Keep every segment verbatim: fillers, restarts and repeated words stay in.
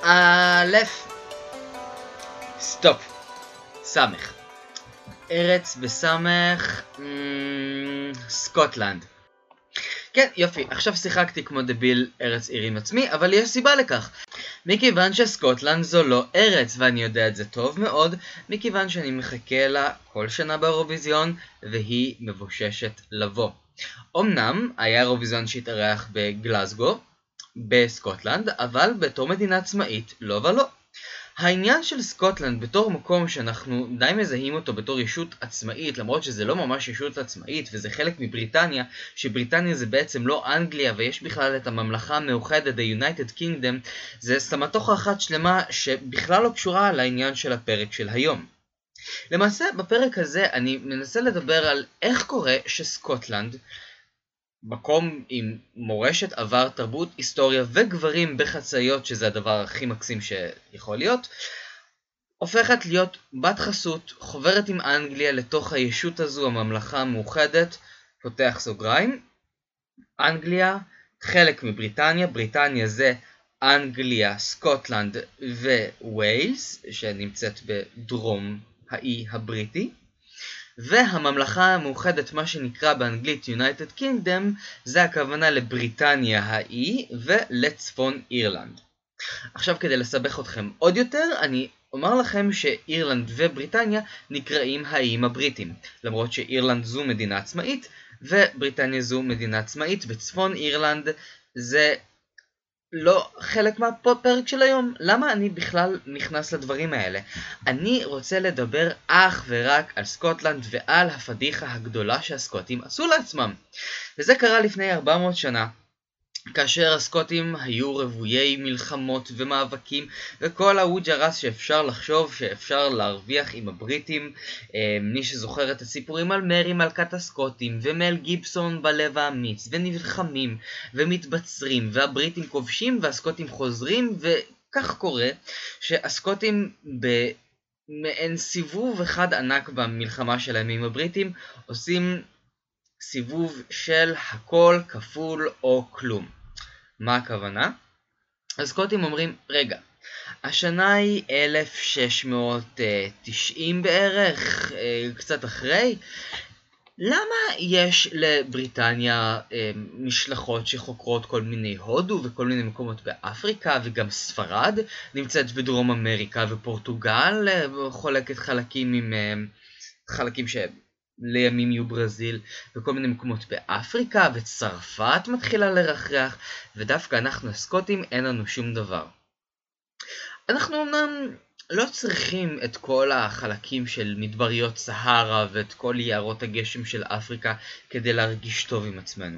א', סטופ, סמך. ארץ בסמך, סקוטלנד. כן, יופי, עכשיו שיחקתי כמו דביל ארץ עיר עם עצמי, אבל יש סיבה לכך. מכיוון שסקוטלנד זו לא ארץ, ואני יודע את זה טוב מאוד, מכיוון שאני מחכה לה כל שנה באירוויזיון, והיא מבוששת לבוא. אמנם היה אירוויזיון שהתארח בגלזגו, בסקוטלנד, אבל בתור מדינה עצמאית, לא ולא. העניין של סקוטלנד בתור מקום שאנחנו די מזהים אותו בתור ישות עצמאית, למרות שזה לא ממש ישות עצמאית וזה חלק מבריטניה, שבריטניה זה בעצם לא אנגליה ויש בכלל את הממלכה המאוחדת, ה-United Kingdom, זה סמטוחה אחת שלמה שבכלל לא קשורה לעניין של הפרק של היום. למעשה בפרק הזה אני מנסה לדבר על איך קורה שסקוטלנד, מקום עם מורשת, עבר, תרבות, היסטוריה וגברים בחצאיות, שזה הדבר הכי מקסים שיכול להיות, הופכת להיות בת חסות, חוברת עם אנגליה לתוך הישות הזו, הממלכה המאוחדת, פותח סוגריים, אנגליה, חלק מבריטניה, בריטניה זה אנגליה, סקוטלנד וויילס, שנמצאת בדרום האי הבריטי, והממלכה המאוחדת, מה שנקרא באנגלית United Kingdom, זה הכוונה לבריטניה האי ולצפון אירלנד. עכשיו כדי לסבך אתכם עוד יותר, אני אומר לכם שאירלנד ובריטניה נקראים האיים הבריטים, למרות שאירלנד זו מדינה עצמאית ובריטניה זו מדינה עצמאית, וצפון אירלנד זה לא חלק מהפרק של היום. למה אני בכלל נכנס לדברים האלה? אני רוצה לדבר אך ורק על סקוטלנד ועל הפדיחה הגדולה שהסקוטים עשו לעצמם. וזה קרה לפני ארבע מאות שנה, כאשר הסקוטים היו רבויי מלחמות ומאבקים וכל הווג'רס שאפשר לחשוב שאפשר להרוויח עם הבריטים. מי שזוכר את הסיפורים על מרי מלכת הסקוטים ומל גיבסון בלב האמיץ, ונלחמים ומתבצרים והבריטים כובשים והסקוטים חוזרים, וכך קורה שהסקוטים במעין סיבוב אחד ענק במלחמה שלהם עם הבריטים עושים סיבוב של הכל כפול או כלום. מה הכוונה? הסקוטים אומרים, רגע, השנה היא אלף שש מאות תשעים בערך, קצת אחרי, למה יש לבריטניה משלחות שחוקרות כל מיני הודו וכל מיני מקומות באפריקה, וגם ספרד נמצאת בדרום אמריקה, ופורטוגל חולקת חלקים עם חלקים ש... לימים יהיו ברזיל וכל מיני מקומות באפריקה, וצרפת מתחילה לרחרח, ודווקא אנחנו הסקוטים אין לנו שום דבר. אנחנו אמנם לא צריכים את כל החלקים של מדבריות סהרה ואת כל יערות הגשם של אפריקה כדי להרגיש טוב עם עצמנו.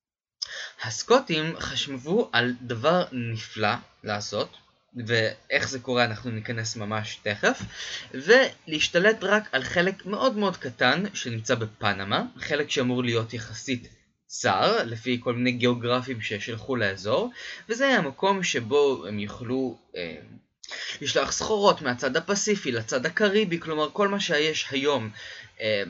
הסקוטים חשבו על דבר נפלא לעשות, ואיך זה קורה אנחנו ניכנס ממש תכף, ולהשתלט רק על חלק מאוד מאוד קטן שנמצא בפנמה, חלק שאמור להיות יחסית צר לפי כל מיני גיאוגרפים ששלחו לאזור, וזה היה המקום שבו הם יוכלו אה, לשלוח סחורות מהצד הפסיפי לצד הקריבי, כלומר כל מה שיש היום אה,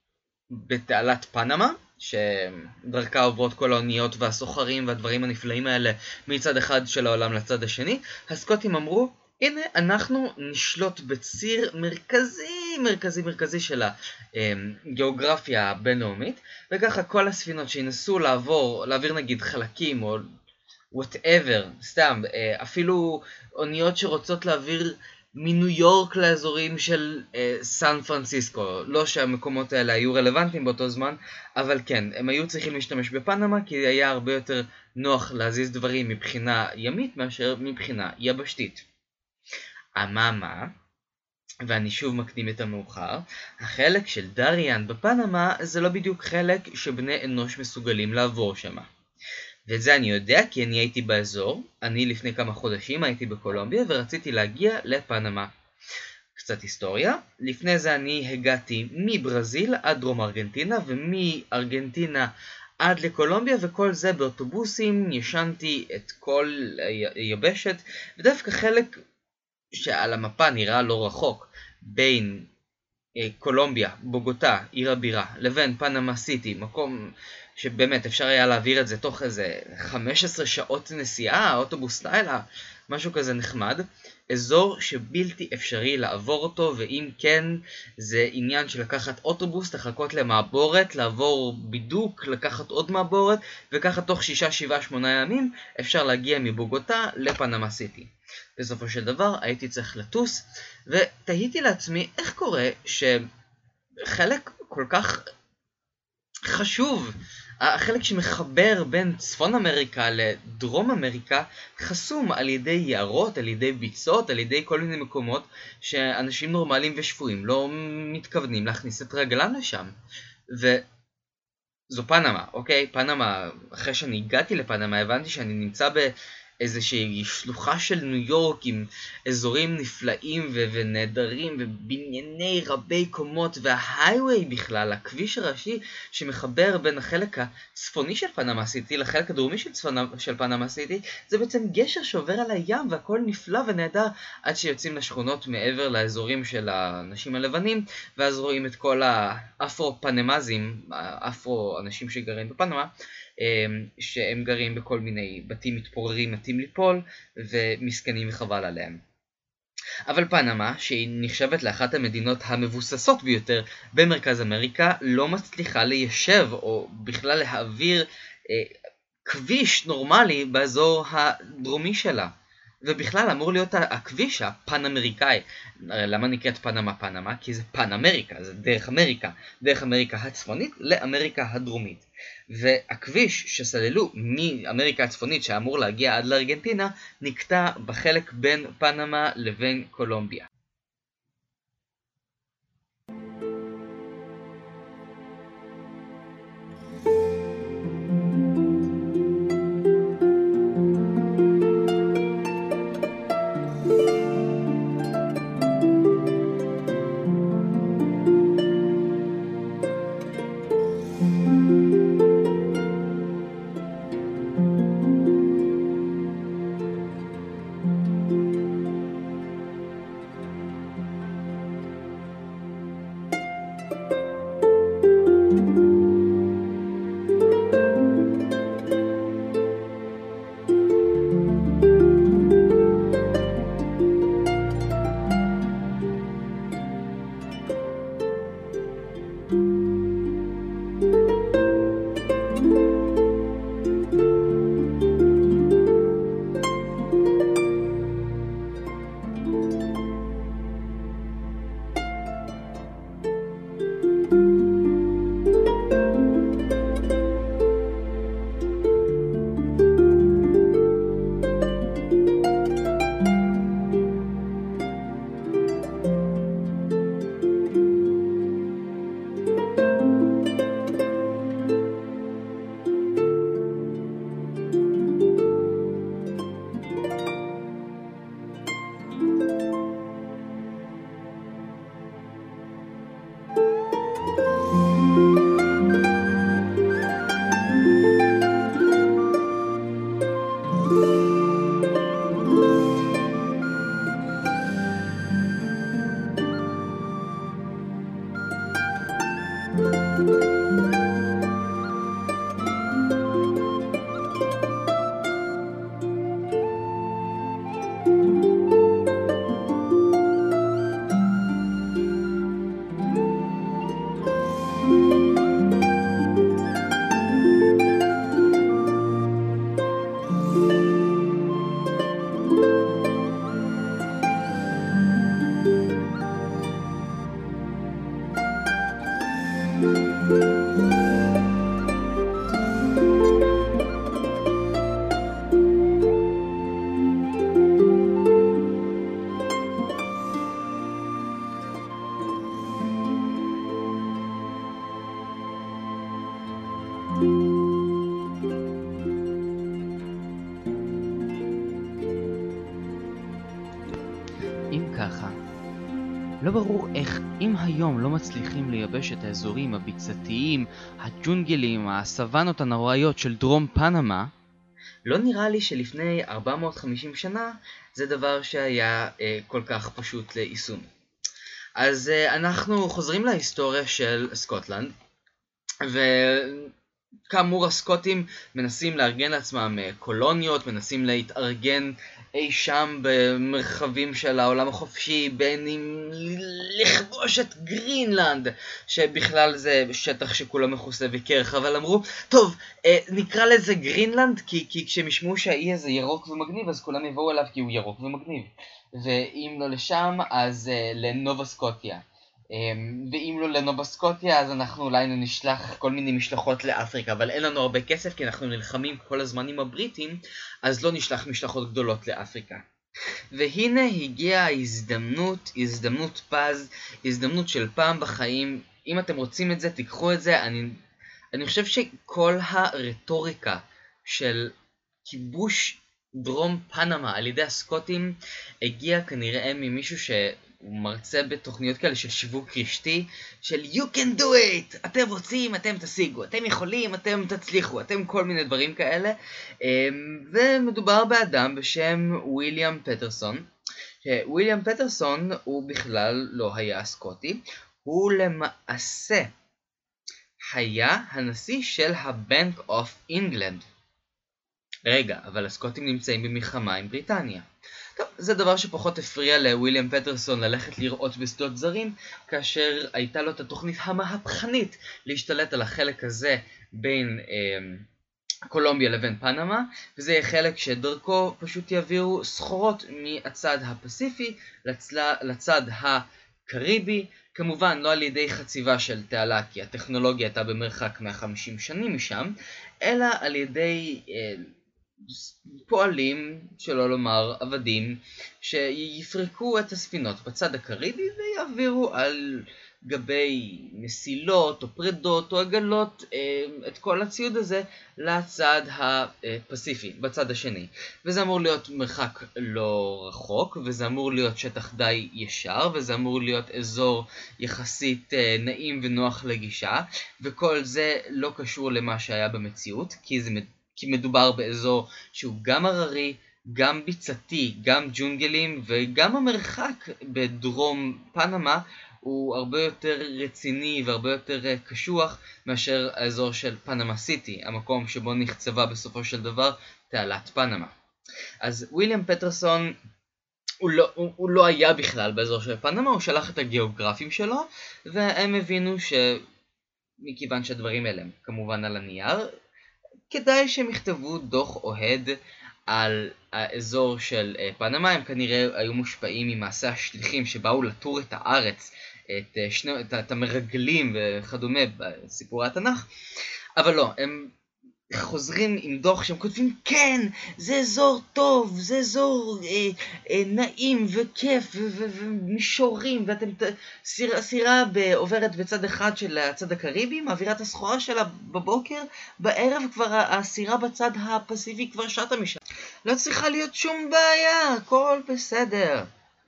בתעלת פנמה, שדרכה עוברות כל האוניות והסוחרים והדברים הנפלאים האלה מצד אחד של העולם לצד השני. הסקוטים אמרו, הנה אנחנו נשלוט בציר מרכזי מרכזי מרכזי של הגיאוגרפיה הבינלאומית, וככה כל הספינות שינסו לעבור, להעביר נגיד חלקים או whatever, סתם, אפילו אוניות שרוצות להעביר מניו יורק לאזורים של אה, סן פרנסיסקו, לא שהמקומות האלה היו רלוונטיים באותו זמן, אבל כן, הם היו צריכים להשתמש בפנמה כי היה הרבה יותר נוח להזיז דברים מבחינה ימית מאשר מבחינה יבשתית. אממה, ואני שוב מקדים את המאוחר, החלק של דריאן בפנמה זה לא בדיוק חלק שבני אנוש מסוגלים לעבור שמה. ואת זה אני יודע כי אני הייתי באזור, אני לפני כמה חודשים הייתי בקולומביה ורציתי להגיע לפנמה. קצת היסטוריה, לפני זה אני הגעתי מברזיל עד דרום ארגנטינה ומארגנטינה עד לקולומביה, וכל זה באוטובוסים, ישנתי את כל היבשת, ודווקא חלק שעל המפה נראה לא רחוק בין קולומביה, בוגוטה, עיר הבירה, לבין פנמה סיטי, מקום שבאמת אפשר היה להעביר את זה תוך איזה חמש עשרה שעות נסיעה, אוטובוס לילה, משהו כזה נחמד. אזור שבלתי אפשרי לעבור אותו, ואם כן זה עניין של לקחת אוטובוס, לחכות למעבורת, לעבור בידוק, לקחת עוד מעבורת, וככה תוך שישה, שבעה, שמונה ימים אפשר להגיע מבוגוטה לפנמה סיטי. בסופו של דבר הייתי צריך לטוס, ותהיתי לעצמי איך קורה שחלק כל כך חשוב, החלק שמחבר בין צפון אמריקה לדרום אמריקה, חסום על ידי יערות, על ידי ביצות, על ידי כל מיני מקומות שאנשים נורמליים ושפויים לא מתכוונים להכניס את רגלם לשם. וזו פנמה, אוקיי? פנמה, אחרי שאני הגעתי לפנמה הבנתי שאני נמצא באיזושהי שלוחה של ניו יורק עם אזורים נפלאים ו- ונהדרים ובנייני רבי קומות, וההייווי בכלל, הכביש הראשי שמחבר בין החלק הצפוני של פנמה סיטי לחלק הדרומי של, צפונה, של פנמה סיטי, זה בעצם גשר שעובר על הים והכל נפלא ונהדר עד שיוצאים לשכונות מעבר לאזורים של האנשים הלבנים, ואז רואים את כל האפרו-פנמזים, האפרו אנשים שגרים בפנמה, שהם גרים בכל מיני בתים מתפוררים מתים ליפול ומסכנים וחבל עליהם. אבל פנמה, שהיא נחשבת לאחת המדינות המבוססות ביותר במרכז אמריקה, לא מצליחה ליישב או בכלל להעביר אה, כביש נורמלי באזור הדרומי שלה. ובכלל אמור להיות הכביש הפן-אמריקאי. למה נקראת פנמה פנמה? כי זה פן-אמריקה, זה דרך אמריקה, דרך אמריקה הצפונית לאמריקה הדרומית. והכביש שסללו מאמריקה הצפונית שאמור להגיע עד לארגנטינה, נקטע בחלק בין פנמה לבין קולומביה. אם ככה, לא ברור איך אם היום לא מצליחים לייבש את האזורים הביצתיים, הג'ונגלים, הסוואנות הנוראיות של דרום פנמה, לא נראה לי שלפני ארבע מאות וחמישים שנה זה דבר שהיה אה, כל כך פשוט ליישום. אז אה, אנחנו חוזרים להיסטוריה של סקוטלנד, כאמור הסקוטים מנסים לארגן לעצמם קולוניות, מנסים להתארגן אי שם במרחבים של העולם החופשי, בין אם לכבוש את גרינלנד, שבכלל זה שטח שכולו מכוסה וקרח, אבל אמרו, טוב, נקרא לזה גרינלנד, כי, כי כשהם ישמעו שהאי הזה ירוק ומגניב, אז כולם יבואו אליו כי הוא ירוק ומגניב. ואם לא לשם, אז לנובה סקוטיה. ואם לא לנובה סקוטיה, אז אנחנו אולי נשלח כל מיני משלחות לאפריקה, אבל אין לנו הרבה כסף כי אנחנו נלחמים כל הזמן עם הבריטים, אז לא נשלח משלחות גדולות לאפריקה. והנה הגיעה ההזדמנות, הזדמנות פז, הזדמנות של פעם בחיים. אם אתם רוצים את זה, תיקחו את זה. אני, אני חושב שכל הרטוריקה של כיבוש דרום פנמה על ידי הסקוטים הגיע כנראה ממישהו שהוא מרצה בתוכניות כאלה של שיווק רשתי, של you can do it, אתם רוצים, אתם תשיגו, אתם יכולים, אתם תצליחו, אתם כל מיני דברים כאלה. ומדובר באדם בשם וויליאם פטרסון. וויליאם פטרסון הוא בכלל לא היה סקוטי, הוא למעשה היה הנשיא של הבנק אוף אינגלנד. רגע, אבל הסקוטים נמצאים במלחמה עם בריטניה. טוב, זה דבר שפחות הפריע לוויליאם פטרסון ללכת לראות בשדות זרים, כאשר הייתה לו את התוכנית המהפכנית להשתלט על החלק הזה בין אה, קולומביה לבין פנמה, וזה יהיה חלק שדרכו פשוט יעבירו סחורות מהצד הפסיפי לצל... לצד הקריבי, כמובן לא על ידי חציבה של תעלה, כי הטכנולוגיה הייתה במרחק מאה וחמישים שנים משם, אלא על ידי אה, פועלים, שלא לומר עבדים, שיפרקו את הספינות בצד הקריבי ויעבירו על גבי מסילות או פרדות או עגלות את כל הציוד הזה לצד הפסיפי, בצד השני. וזה אמור להיות מרחק לא רחוק, וזה אמור להיות שטח די ישר, וזה אמור להיות אזור יחסית נעים ונוח לגישה, וכל זה לא קשור למה שהיה במציאות, כי זה כי מדובר באזור שהוא גם הררי, גם ביצתי, גם ג'ונגלים, וגם המרחק בדרום פנמה הוא הרבה יותר רציני והרבה יותר קשוח מאשר האזור של פנמה סיטי, המקום שבו נחצבה בסופו של דבר תעלת פנמה. אז וויליאם פטרסון הוא לא, הוא, הוא לא היה בכלל באזור של פנמה, הוא שלח את הגיאוגרפים שלו, והם הבינו שמכיוון שהדברים האלה כמובן על הנייר, כדאי שהם יכתבו דוח אוהד על האזור של פנמה. הם כנראה היו מושפעים ממעשה השליחים שבאו לטור את הארץ, את, שני, את, את המרגלים וכדומה בסיפורי התנ"ך, אבל לא, הם חוזרים עם דוח שהם כותבים, כן, זה אזור טוב, זה אזור אה, אה, נעים וכיף ומישורים, ואתם סירה, סירה עוברת בצד אחד של הצד הקריבי, מעבירה את הסחורה שלה בבוקר, בערב כבר הסירה בצד הפסיפי כבר שטה משם. לא צריכה להיות שום בעיה, הכל בסדר.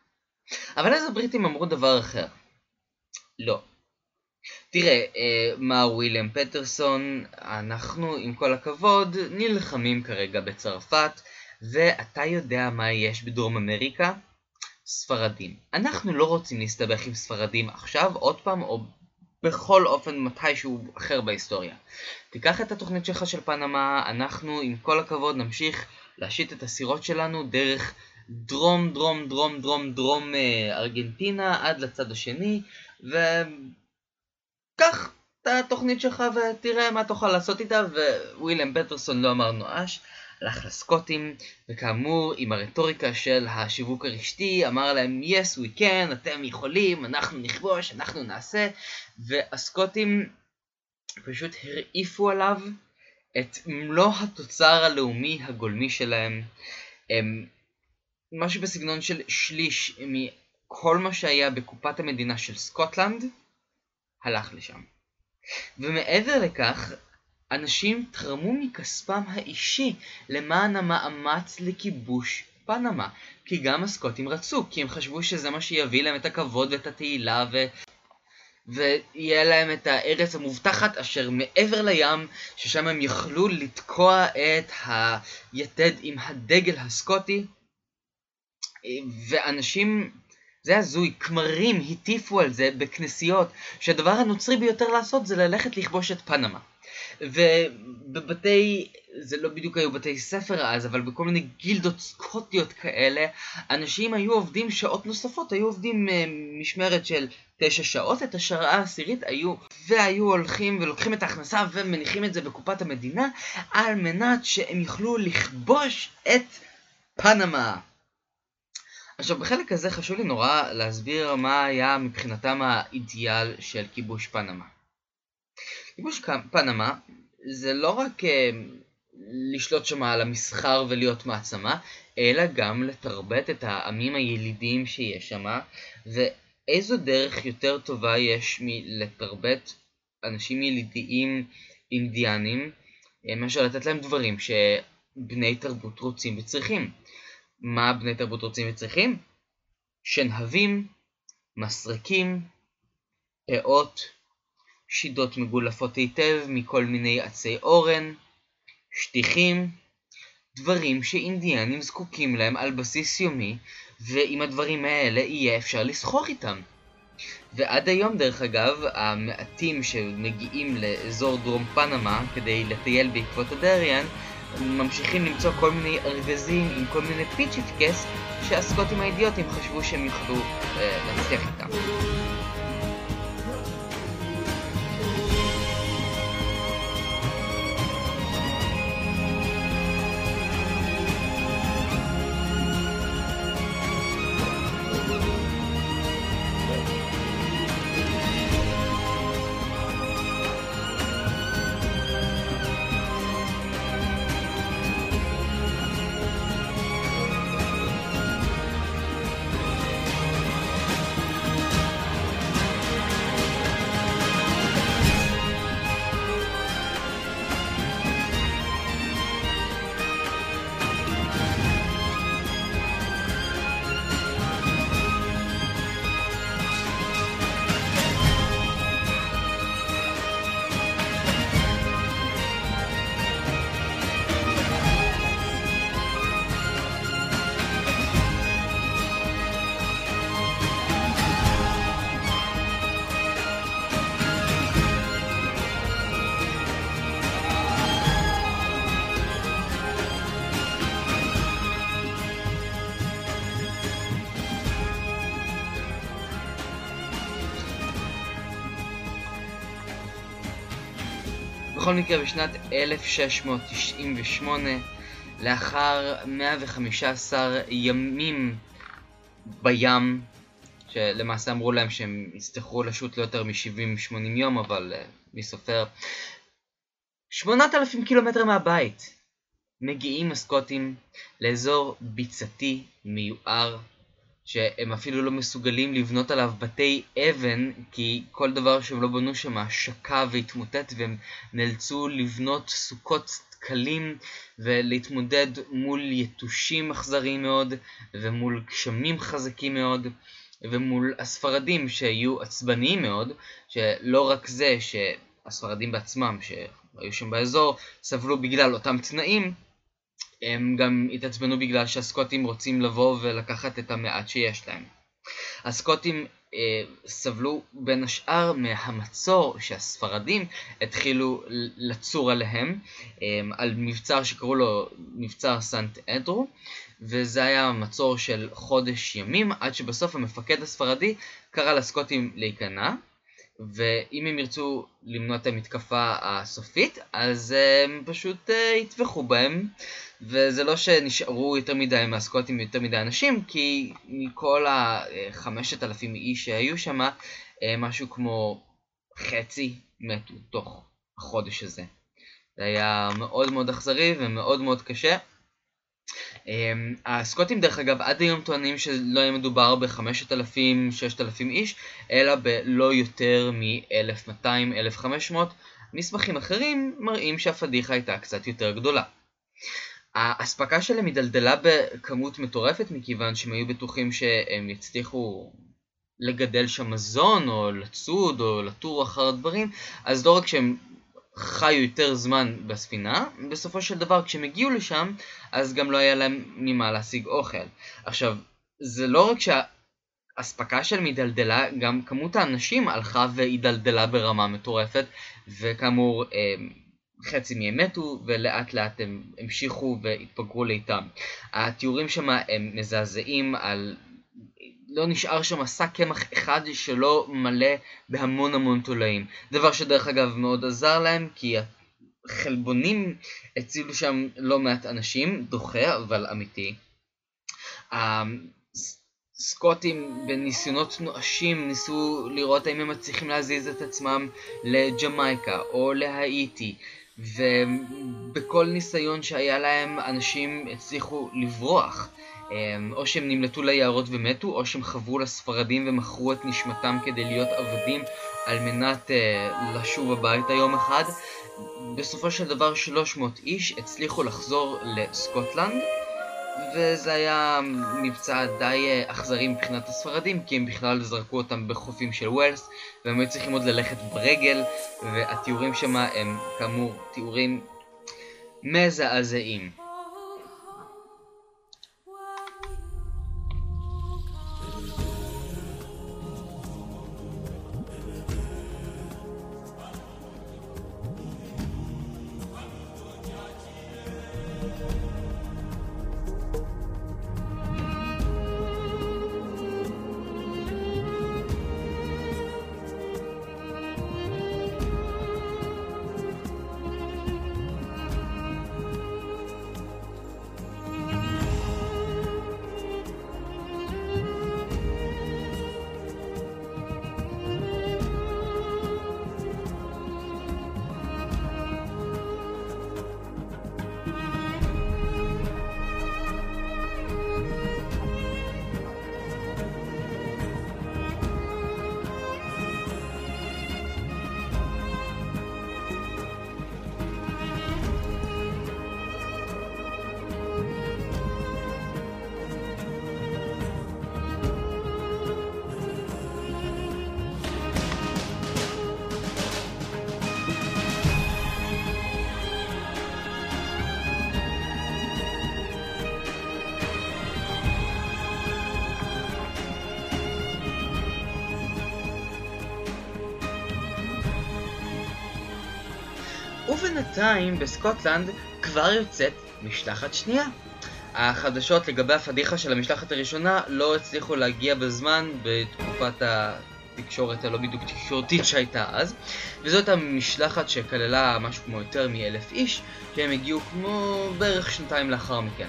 אבל אז הבריטים אמרו דבר אחר. לא. תראה, מר וויליאם פטרסון, אנחנו עם כל הכבוד נלחמים כרגע בצרפת, ואתה יודע מה יש בדרום אמריקה? ספרדים. אנחנו לא רוצים להסתבך עם ספרדים עכשיו, עוד פעם, או בכל אופן מתישהו אחר בהיסטוריה. תיקח את התוכנית שלך של פנמה, אנחנו עם כל הכבוד נמשיך להשית את הסירות שלנו דרך דרום, דרום, דרום, דרום, דרום ארגנטינה עד לצד השני, ו... קח את התוכנית שלך ותראה מה תוכל לעשות איתה. וויליאם פטרסון לא אמר נואש, הלך לסקוטים, וכאמור עם הרטוריקה של השיווק הרשתי אמר להם yes we can, אתם יכולים, אנחנו נכבוש, אנחנו נעשה. והסקוטים פשוט הרעיפו עליו את מלוא התוצר הלאומי הגולמי שלהם, הם, משהו בסגנון של שליש מכל מה שהיה בקופת המדינה של סקוטלנד הלך לשם. ומעבר לכך, אנשים תרמו מכספם האישי למען המאמץ לכיבוש פנמה, כי גם הסקוטים רצו, כי הם חשבו שזה מה שיביא להם את הכבוד ואת התהילה, ו... ויהיה להם את הארץ המובטחת אשר מעבר לים, ששם הם יכלו לתקוע את היתד עם הדגל הסקוטי. ואנשים, זה הזוי, כמרים הטיפו על זה בכנסיות, שהדבר הנוצרי ביותר לעשות זה ללכת לכבוש את פנמה. ובבתי, זה לא בדיוק היו בתי ספר אז, אבל בכל מיני גילדות סקוטיות כאלה, אנשים היו עובדים שעות נוספות, היו עובדים משמרת של תשע שעות, את השעה העשירית היו, והיו הולכים ולוקחים את ההכנסה ומניחים את זה בקופת המדינה, על מנת שהם יוכלו לכבוש את פנמה. עכשיו בחלק הזה חשוב לי נורא להסביר מה היה מבחינתם האידיאל של כיבוש פנמה. כיבוש פנמה זה לא רק uh, לשלוט שם על המסחר ולהיות מעצמה, אלא גם לתרבט את העמים הילידיים שיש שם, ואיזו דרך יותר טובה יש מלתרבט אנשים ילידיים אינדיאנים, מאשר לתת להם דברים שבני תרבות רוצים וצריכים. מה בני תרבות רוצים וצריכים? שנהבים, מסרקים, פאות, שידות מגולפות היטב מכל מיני עצי אורן, שטיחים, דברים שאינדיאנים זקוקים להם על בסיס יומי, ועם הדברים האלה יהיה אפשר לסחור איתם. ועד היום דרך אגב, המעטים שמגיעים לאזור דרום פנמה כדי לטייל בעקבות הדריאן, ממשיכים למצוא כל מיני ארגזים עם כל מיני פיצ'יפקס שהסקוטים האידיוטים חשבו שהם יוכלו אה, להצליח איתם. בכל מקרה בשנת אלף שש מאות תשעים ושמונה, לאחר מאה וחמישה עשר ימים בים, שלמעשה אמרו להם שהם יצטרכו לשוט ליותר מ-שבעים שמונים יום, אבל uh, מי סופר, שמונת אלפים קילומטר מהבית, מגיעים הסקוטים לאזור ביצתי מיוער, שהם אפילו לא מסוגלים לבנות עליו בתי אבן, כי כל דבר שהם לא בנו שם שקע והתמוטט, והם נאלצו לבנות סוכות קלים ולהתמודד מול יתושים אכזריים מאוד, ומול גשמים חזקים מאוד, ומול הספרדים שהיו עצבניים מאוד, שלא רק זה שהספרדים בעצמם שהיו שם באזור סבלו בגלל אותם תנאים, הם גם התעצבנו בגלל שהסקוטים רוצים לבוא ולקחת את המעט שיש להם. הסקוטים אה, סבלו בין השאר מהמצור שהספרדים התחילו לצור עליהם, אה, על מבצר שקראו לו מבצר סנט אדרו, וזה היה מצור של חודש ימים, עד שבסוף המפקד הספרדי קרא לסקוטים להיכנע, ואם הם ירצו למנוע את המתקפה הסופית, אז הם פשוט יטבחו בהם, וזה לא שנשארו יותר מדי מהסקוטים יותר מדי אנשים, כי מכל ה-חמשת אלפים איש שהיו שם, משהו כמו חצי מתו תוך החודש הזה. זה היה מאוד מאוד אכזרי ומאוד מאוד קשה. הסקוטים דרך אגב עד היום טוענים שלא היה מדובר ב-חמשת אלפים ששת אלפים איש, אלא בלא יותר מ-אלף מאתיים עד אלף וחמש מאות. מסמכים אחרים מראים שהפדיחה הייתה קצת יותר גדולה. האספקה שלהם מדלדלה בכמות מטורפת, מכיוון שהם היו בטוחים שהם יצליחו לגדל שם מזון או לצוד או לטור אחר הדברים, אז לא רק שהם חיו יותר זמן בספינה, בסופו של דבר כשהם הגיעו לשם אז גם לא היה להם ממה להשיג אוכל. עכשיו, זה לא רק שהאספקה של מדלדלה, גם כמות האנשים הלכה והידלדלה ברמה מטורפת, וכאמור חצי מהם מתו, ולאט לאט הם המשיכו והתפגרו לאיתם. התיאורים שם הם מזעזעים, על לא נשאר שם שק קמח אחד שלא מלא בהמון המון תולעים. דבר שדרך אגב מאוד עזר להם, כי החלבונים הצילו שם לא מעט אנשים, דוחה אבל אמיתי. הסקוטים בניסיונות נואשים ניסו לראות האם הם מצליחים להזיז את עצמם לג'מייקה או להאיטי, ובכל ניסיון שהיה להם אנשים הצליחו לברוח. או שהם נמלטו ליערות ומתו, או שהם חברו לספרדים ומכרו את נשמתם כדי להיות עבדים על מנת uh, לשוב הביתה יום אחד. בסופו של דבר שלוש מאות איש הצליחו לחזור לסקוטלנד, וזה היה מבצע די אכזרי מבחינת הספרדים, כי הם בכלל זרקו אותם בחופים של ווילס, והם היו צריכים עוד ללכת ברגל, והתיאורים שם הם כאמור תיאורים מזעזעים. ובינתיים בסקוטלנד כבר יוצאת משלחת שנייה. החדשות לגבי הפדיחה של המשלחת הראשונה לא הצליחו להגיע בזמן בתקופת התקשורת הלא בדיוק תקשורתית שהייתה אז, וזאת המשלחת שכללה משהו כמו יותר מאלף איש, שהם הגיעו כמו בערך שנתיים לאחר מכן.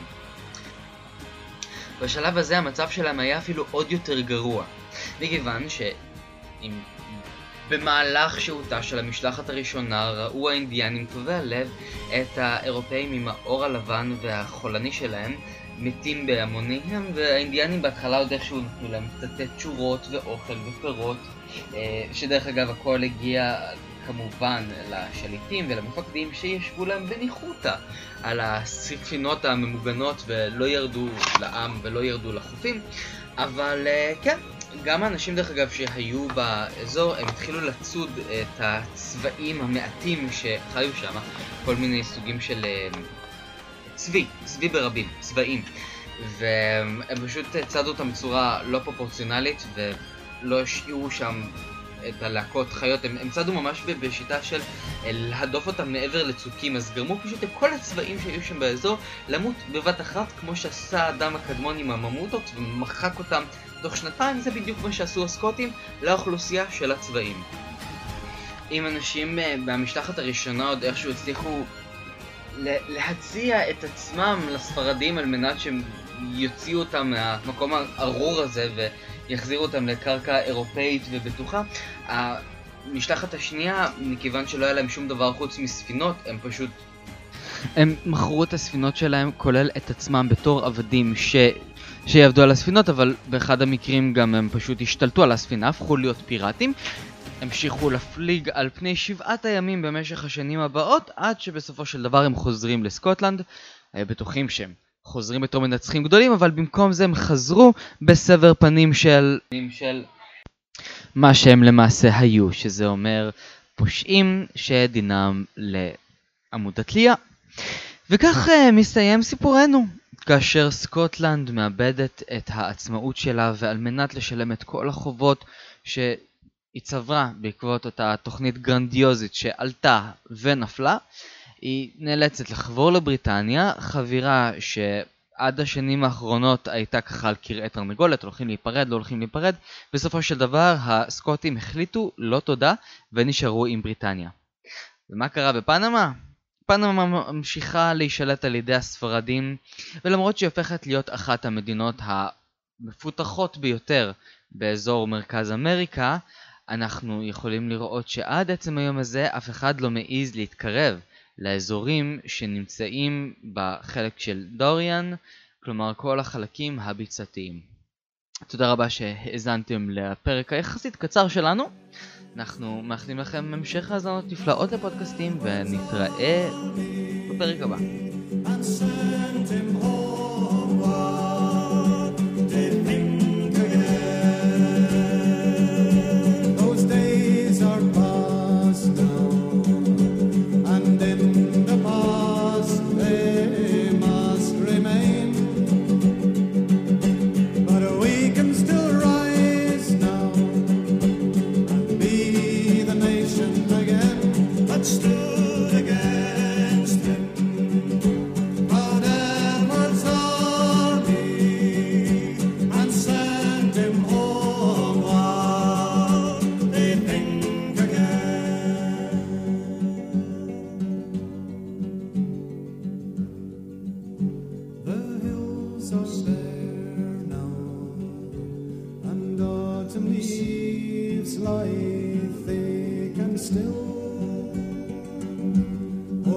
בשלב הזה המצב שלהם היה אפילו עוד יותר גרוע, מכיוון שאם במהלך שהותה של המשלחת הראשונה ראו האינדיאנים טובי הלב את האירופאים עם האור הלבן והחולני שלהם מתים בהמוניהם, והאינדיאנים בהתחלה עוד איכשהו נתנו להם קצת תשורות ואוכל ופירות, שדרך אגב הכל הגיע כמובן לשליטים ולמפקדים שישבו להם בניחותא על הספינות הממוגנות ולא ירדו לעם ולא ירדו לחופים. אבל כן, גם האנשים דרך אגב שהיו באזור הם התחילו לצוד את הצבעים המעטים שחיו שם, כל מיני סוגים של צבי, צבי ברבים, צבעים, והם פשוט צדו אותם בצורה לא פרופורציונלית ולא השאירו שם את הלהקות חיות. הם, הם צדו ממש בשיטה של להדוף אותם מעבר לצוקים, אז גרמו פשוט את כל הצבעים שהיו שם באזור למות בבת אחת, כמו שעשה האדם הקדמון עם הממוטות ומחק אותם תוך שנתיים. זה בדיוק מה שעשו הסקוטים לאוכלוסייה של הצבעים. אם אנשים במשלחת הראשונה עוד איכשהו הצליחו להציע את עצמם לספרדים על מנת שהם יוציאו אותם מהמקום הארור הזה ויחזירו אותם לקרקע אירופאית ובטוחה, המשלחת השנייה, מכיוון שלא היה להם שום דבר חוץ מספינות, הם פשוט הם מכרו את הספינות שלהם, כולל את עצמם בתור עבדים ש... שיעבדו על הספינות, אבל באחד המקרים גם הם פשוט השתלטו על הספינה, הפכו להיות פיראטים, המשיכו לפליג על פני שבעת הימים במשך השנים הבאות, עד שבסופו של דבר הם חוזרים לסקוטלנד. היו בטוחים שהם חוזרים בתור מנצחים גדולים, אבל במקום זה הם חזרו בסבר פנים של, של מה שהם למעשה היו, שזה אומר פושעים שדינם לעמוד התלייה. וכך מסתיים סיפורנו. כאשר סקוטלנד מאבדת את העצמאות שלה, ועל מנת לשלם את כל החובות שהיא צברה בעקבות אותה תוכנית גרנדיוזית שעלתה ונפלה, היא נאלצת לחבור לבריטניה, חבירה שעד השנים האחרונות הייתה ככה על קרעי תרנגולת, הולכים להיפרד, לא הולכים להיפרד. בסופו של דבר הסקוטים החליטו לא תודה ונשארו עם בריטניה. ומה קרה בפנמה? פנמה ממשיכה להישלט על ידי הספרדים, ולמרות שהיא הופכת להיות אחת המדינות המפותחות ביותר באזור מרכז אמריקה, אנחנו יכולים לראות שעד עצם היום הזה אף אחד לא מעז להתקרב לאזורים שנמצאים בחלק של דוריאן, כלומר כל החלקים הביצתיים. תודה רבה שהאזנתם לפרק היחסית קצר שלנו. אנחנו מאחלים לכם המשך האזנות נפלאות לפודקאסטים, ונתראה בפרק הבא.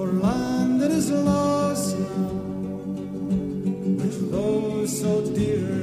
So dear